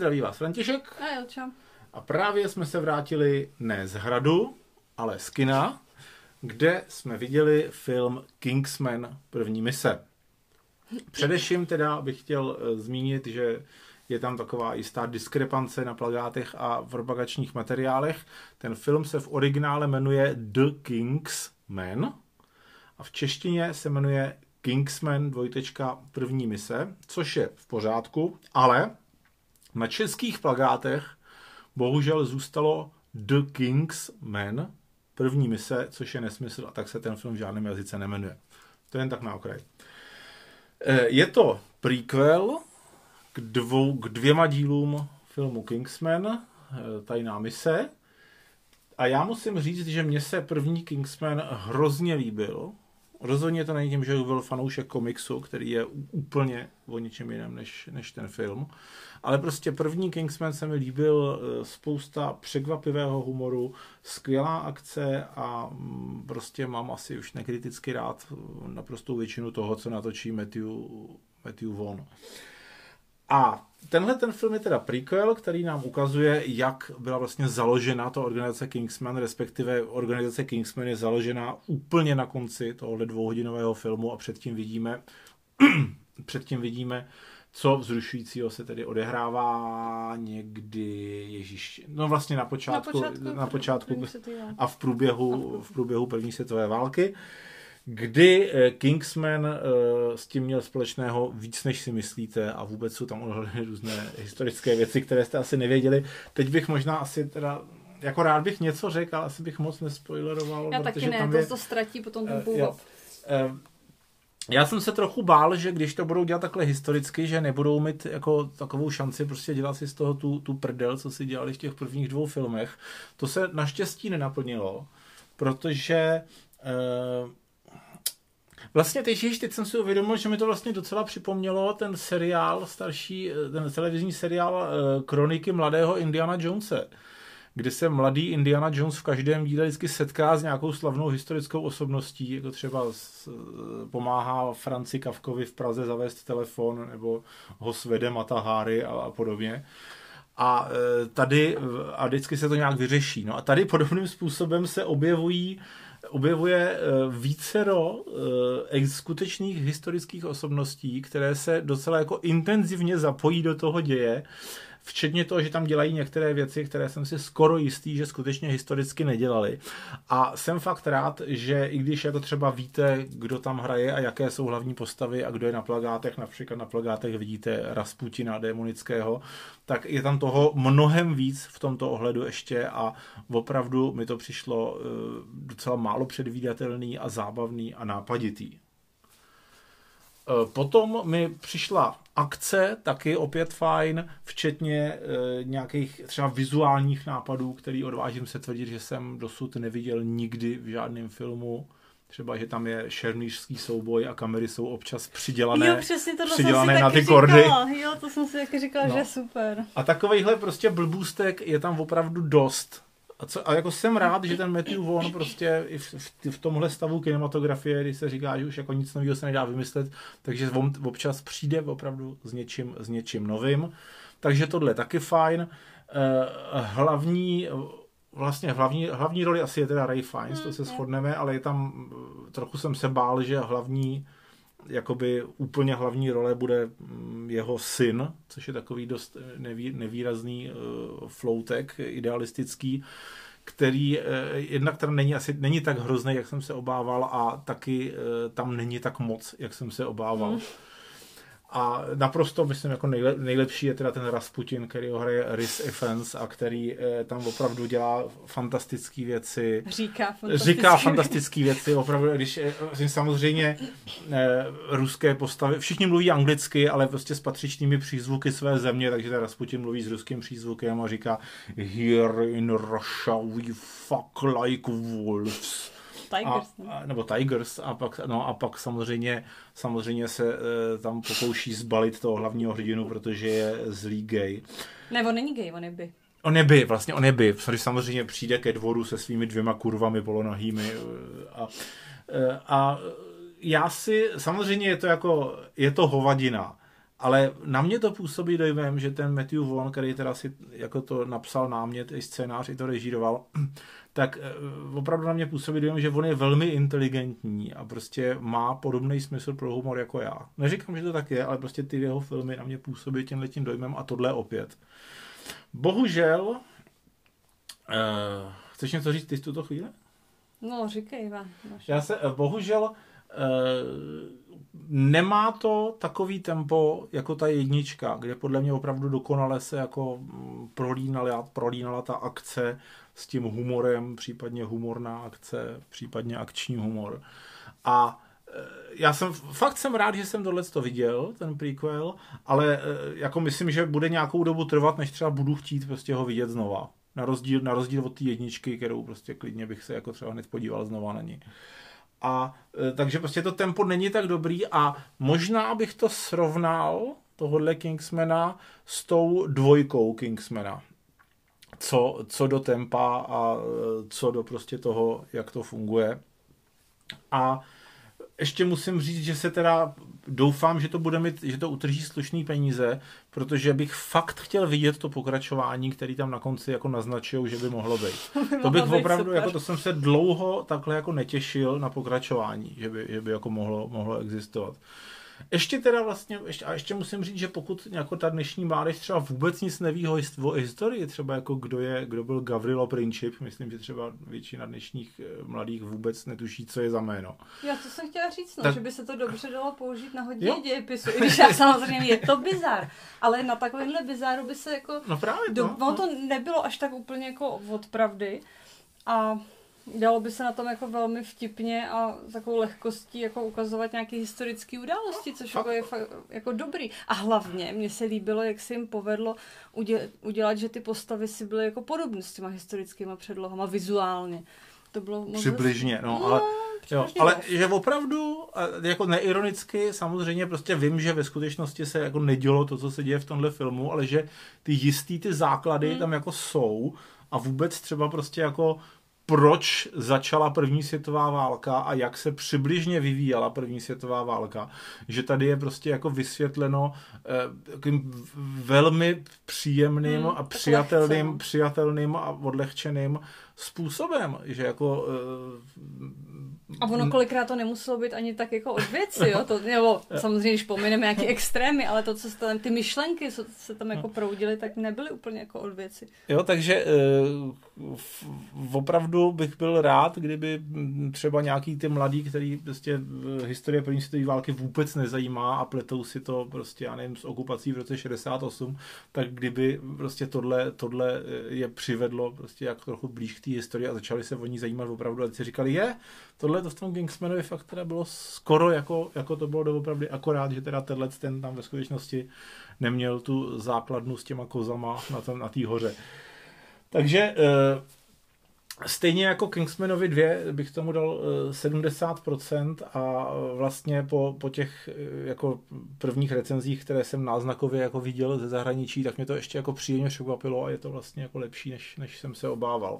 zdraví vás František. A jo, čau. A právě jsme se vrátili ne z hradu, ale z kina, kde jsme viděli film Kingsman první mise. Především teda bych chtěl zmínit, že je tam taková jistá diskrepance na plakátech a v propagačních materiálech. Ten film se v originále jmenuje The Kingsman a v češtině se jmenuje Kingsman první mise, což je v pořádku, ale na českých plakátech bohužel zůstalo The Kingsman první mise, což je nesmysl a tak se ten film v žádném jazyce nemenuje. To je jen tak na okraj. Je to prequel k dvěma dílům filmu Kingsman, Tajná mise. A já musím říct, že mně se první Kingsman hrozně líbil. Rozhodně to není tím, že byl fanoušek komiksu, který je úplně o něčem jiném než ten film. Ale prostě první Kingsman se mi líbil, spousta překvapivého humoru, skvělá akce a prostě mám asi už nekriticky rád naprostou většinu toho, co natočí Matthew Vaughn. A tenhle ten film je teda prequel, který nám ukazuje, jak byla vlastně založena ta organizace Kingsman, respektive organizace Kingsman je založena úplně na konci tohohle dvouhodinového filmu a předtím vidíme, co vzrušujícího se tedy odehrává někdy, vlastně na počátku a v průběhu první světové války, kdy Kingsman s tím měl společného víc, než si myslíte a vůbec jsou tam odhaleny různé historické věci, které jste asi nevěděli. Teď bych možná asi teda, jako rád bych něco řekl, ale asi bych moc nespoileroval. Já taky ne, to ztratí potom ten původ. Já jsem se trochu bál, že když to budou dělat takhle historicky, že nebudou mít jako takovou šanci prostě dělat si z toho tu prdel, co si dělali v těch prvních dvou filmech. To se naštěstí nenaplnilo, protože vlastně teď jsem si uvědomil, že mi to vlastně docela připomnělo ten seriál ten televizní seriál Kroniky mladého Indiana Jonese, kde se mladý Indiana Jones v každém díle vždycky setká s nějakou slavnou historickou osobností, jako třeba pomáhá Franci Kafkovi v Praze zavést telefon, nebo ho svede Mata Hari a podobně. A tady vždycky se to nějak vyřeší. No a tady podobným způsobem se objevuje vícero skutečných historických osobností, které se docela jako intenzivně zapojí do toho děje, včetně toho, že tam dělají některé věci, které jsem si skoro jistý, že skutečně historicky nedělali. A jsem fakt rád, že i když jako třeba víte, kdo tam hraje a jaké jsou hlavní postavy a kdo je na plakátech, například na plakátech vidíte Rasputina démonického, tak je tam toho mnohem víc v tomto ohledu ještě a opravdu mi to přišlo docela málo předvídatelný a zábavný a nápaditý. Potom mi přišla akce, taky opět fajn, včetně nějakých třeba vizuálních nápadů, který odvážím se tvrdit, že jsem dosud neviděl nikdy v žádném filmu. Třeba, že tam je šermířský souboj a kamery jsou občas přidělané na ty kordy. Jo, to jsem si taky říkala, že super. A takovejhle prostě blbůstek je tam opravdu dost. A jako jsem rád, že ten Matthew Vaughn prostě i v tomhle stavu kinematografie, když se říká, že už jako nic nového se nedá vymyslet, takže on občas přijde opravdu s něčím novým. Takže tohle je taky fajn. Hlavní roli asi je teda Ray Fiennes, to se shodneme, ale je tam, trochu jsem se bál, že úplně hlavní role bude jeho syn, což je takový dost nevýrazný floutek, idealistický, který jednak tam není tak hrozný, jak jsem se obával a taky tam není tak moc, jak jsem se obával. A naprosto, myslím, jako nejlepší je teda ten Rasputin, který ho hraje Rhys Ifans a který tam opravdu dělá fantastické věci. Říká fantastické věci, opravdu, když samozřejmě ruské postavy, všichni mluví anglicky, ale prostě s patřičnými přízvuky své země, takže ten Rasputin mluví s ruským přízvukem a říká Here in Russia we fuck like wolves. Tigers a pak samozřejmě se tam pokouší zbalit toho hlavního hrdinu, protože je zlý gay. Ne, on není gay, on je bi. On je bi. Samozřejmě přijde ke dvoru se svými 2 kurvami polonahými a já si, samozřejmě je to hovadina, Ale na mě to působí dojmem, že ten Matthew Vaughn, který teda si jako to napsal námět, i scénář, i to režíroval, tak opravdu na mě působí dojem, že on je velmi inteligentní a prostě má podobný smysl pro humor jako já. Neříkám, že to tak je, ale prostě ty jeho filmy na mě působí tímhletím dojmem a tohle opět. Bohužel, chceš něco říct ty v tuto chvíli? No, říkej, Ivan. Já se, bohužel, nemá to takový tempo jako ta jednička, kde podle mě opravdu dokonale se jako prolínala ta akce s tím humorem, případně humorná akce, případně akční humor. A já jsem rád, že jsem tohleto viděl, ten prequel, ale jako myslím, že bude nějakou dobu trvat, než třeba budu chtít prostě ho vidět znova. Na rozdíl od té jedničky, kterou prostě klidně bych se jako třeba hned podíval znova na ní. A takže prostě to tempo není tak dobrý a možná bych to srovnal, tohohle Kingsmana, s tou dvojkou Kingsmana. Co do tempa a co do prostě toho, jak to funguje. A ještě musím říct, že se teda doufám, že to utrží slušný peníze, protože bych fakt chtěl vidět to pokračování, který tam na konci jako naznačují, že by mohlo být. To bych opravdu, jako to jsem se dlouho takhle jako netěšil na pokračování, že by jako mohlo existovat. Ještě teda vlastně, ještě musím říct, že pokud jako ta dnešní mládež třeba vůbec nic neví o historii, třeba jako kdo byl Gavrilo Princip, myslím, že třeba většina dnešních mladých vůbec netuší, co je za jméno. Já to jsem chtěla říct, že by se to dobře dalo použít na hodně dějepisu, i když já samozřejmě je to bizar, ale na takovýmhle bizaru by se jako... No právě to nebylo až tak úplně jako od pravdy a... Dalo by se na tom jako velmi vtipně a s takovou lehkostí jako ukazovat nějaké historické události, což jako je fakt jako dobrý. A hlavně mně se líbilo, jak se jim povedlo udělat, že ty postavy si byly jako podobné s těma historickýma předlohama vizuálně. To bylo přibližně, ale že opravdu, jako neironicky, samozřejmě prostě vím, že ve skutečnosti se jako nedělo to, co se děje v tomhle filmu, ale že ty základy tam jako jsou a vůbec třeba prostě jako proč začala první světová válka a jak se přibližně vyvíjela první světová válka. Že tady je prostě jako vysvětleno velmi příjemným a přijatelným a odlehčeným způsobem, že jako... A ono kolikrát to nemuselo být ani tak jako od věci, jo? To, nebo samozřejmě, když pomineme nějaké extrémy, ale to, co se tam, ty myšlenky, co se tam jako proudily, tak nebyly úplně jako od věci. Jo, takže opravdu bych byl rád, kdyby třeba nějaký ty mladí, který prostě historie první světové války vůbec nezajímá a pletou si to prostě, já nevím, s okupací v roce 68, tak kdyby prostě tohle je přivedlo prostě jak trochu blíž k té historii a začali se o ní zajímat opravdu a si říkali, tohle to v tom Kingsmanovi fakt teda bylo skoro jako to bylo doopravdy, akorát, že teda ten tam ve skutečnosti neměl tu základnu s těma kozama na té hoře. Takže stejně jako Kingsmanovi 2 bych tomu dal 70% a vlastně po těch jako prvních recenzích, které jsem náznakově jako viděl ze zahraničí, tak mě to ještě jako příjemně překvapilo a je to vlastně jako lepší, než jsem se obával.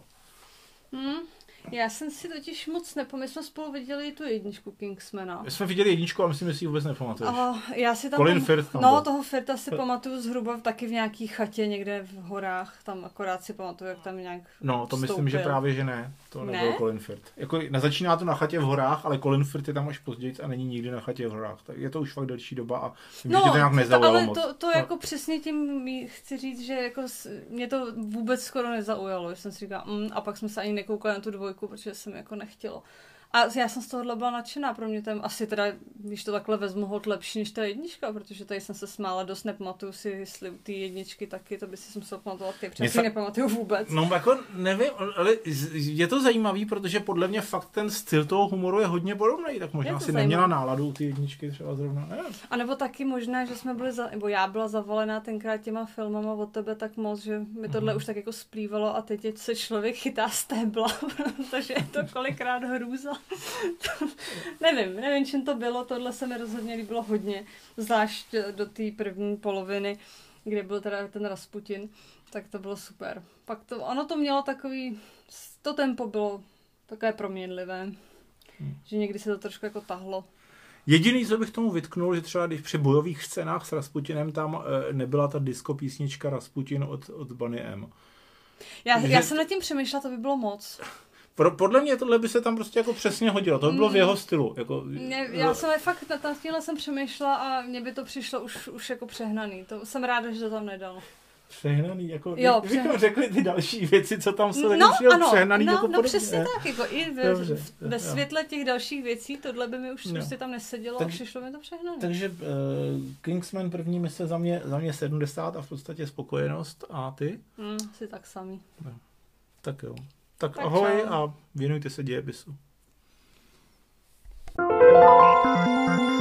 Já jsem si totiž moc my jsme spolu viděli tu jedničku Kingsmana. My jsme viděli jedničku a myslím, že si ji vůbec nepamatuješ. Já si tam Colin Firth tam byl. Toho Firtha si pamatuju zhruba taky v nějaký chatě někde v horách, tam akorát si pamatuju, jak tam nějak to myslím, že právě, že ne. To nebyl Colin Firth. Jako, začíná to na chatě v horách, ale Colin Firth je tam až později a není nikdy na chatě v horách. Tak je to už fakt delší doba a myslím, že to nějak nezaujalo moc. Ale to jako přesně tím chci říct, že jako mě to vůbec skoro nezaujalo. Že jsem si říkala, a pak jsme se ani nekoukali na tu dvojku, protože jsem jako nechtělo. A já jsem z tohohle byla nadšená, pro mě tam asi teda, když to takhle vezmu, hod lepší než ta jednička, protože tady jsem se smála dost, nepamatuju si, jestli ty jedničky taky, to by si musel pamatovat, ty přesně nepamatuju vůbec. No jako nevím, ale je to zajímavý, protože podle mě fakt ten styl toho humoru je hodně podobný, tak možná si neměla náladu ty jedničky třeba zrovna, nevím. A nebo taky možná, že jsme byli, nebo já byla zavalená tenkrát těma filmama od tebe tak moc, že mi tohle už tak jako splývalo a teď se člověk chytá stébla, protože je to kolikrát hrůza. nevím, čím to bylo, tohle se mi rozhodně líbilo hodně, zvlášť do té první poloviny, kde byl teda ten Rasputin, tak to bylo super. Pak ono to mělo takový, to tempo bylo takové proměnlivé, že někdy se to trošku jako tahlo. Jediný, co bych tomu vytknul, že třeba když při bojových scénách s Rasputinem tam nebyla ta disco písnička Rasputin od Boney M. Já jsem nad tím přemýšlela, to by bylo moc. Podle mě tohle by se tam prostě jako přesně hodilo. To by bylo v jeho stylu. Jako, já jsem fakt nad tímhle jsem přemýšlela a mně by to přišlo už jako přehnaný. To jsem ráda, že to tam nedal. Přehnaný, jako bychom řekli ty další věci, co tam jsou, přehnaný jako podobně. No přesně tak, jako i ve světle těch dalších věcí, tohle by mi už prostě tam nesedělo a přišlo mi to přehnaný. Takže Kingsman první mise za mě 70 a v podstatě spokojenost. A ty? Asi tak samý. No. Tak jo. Tak ahoj a věnujte se dějepisu.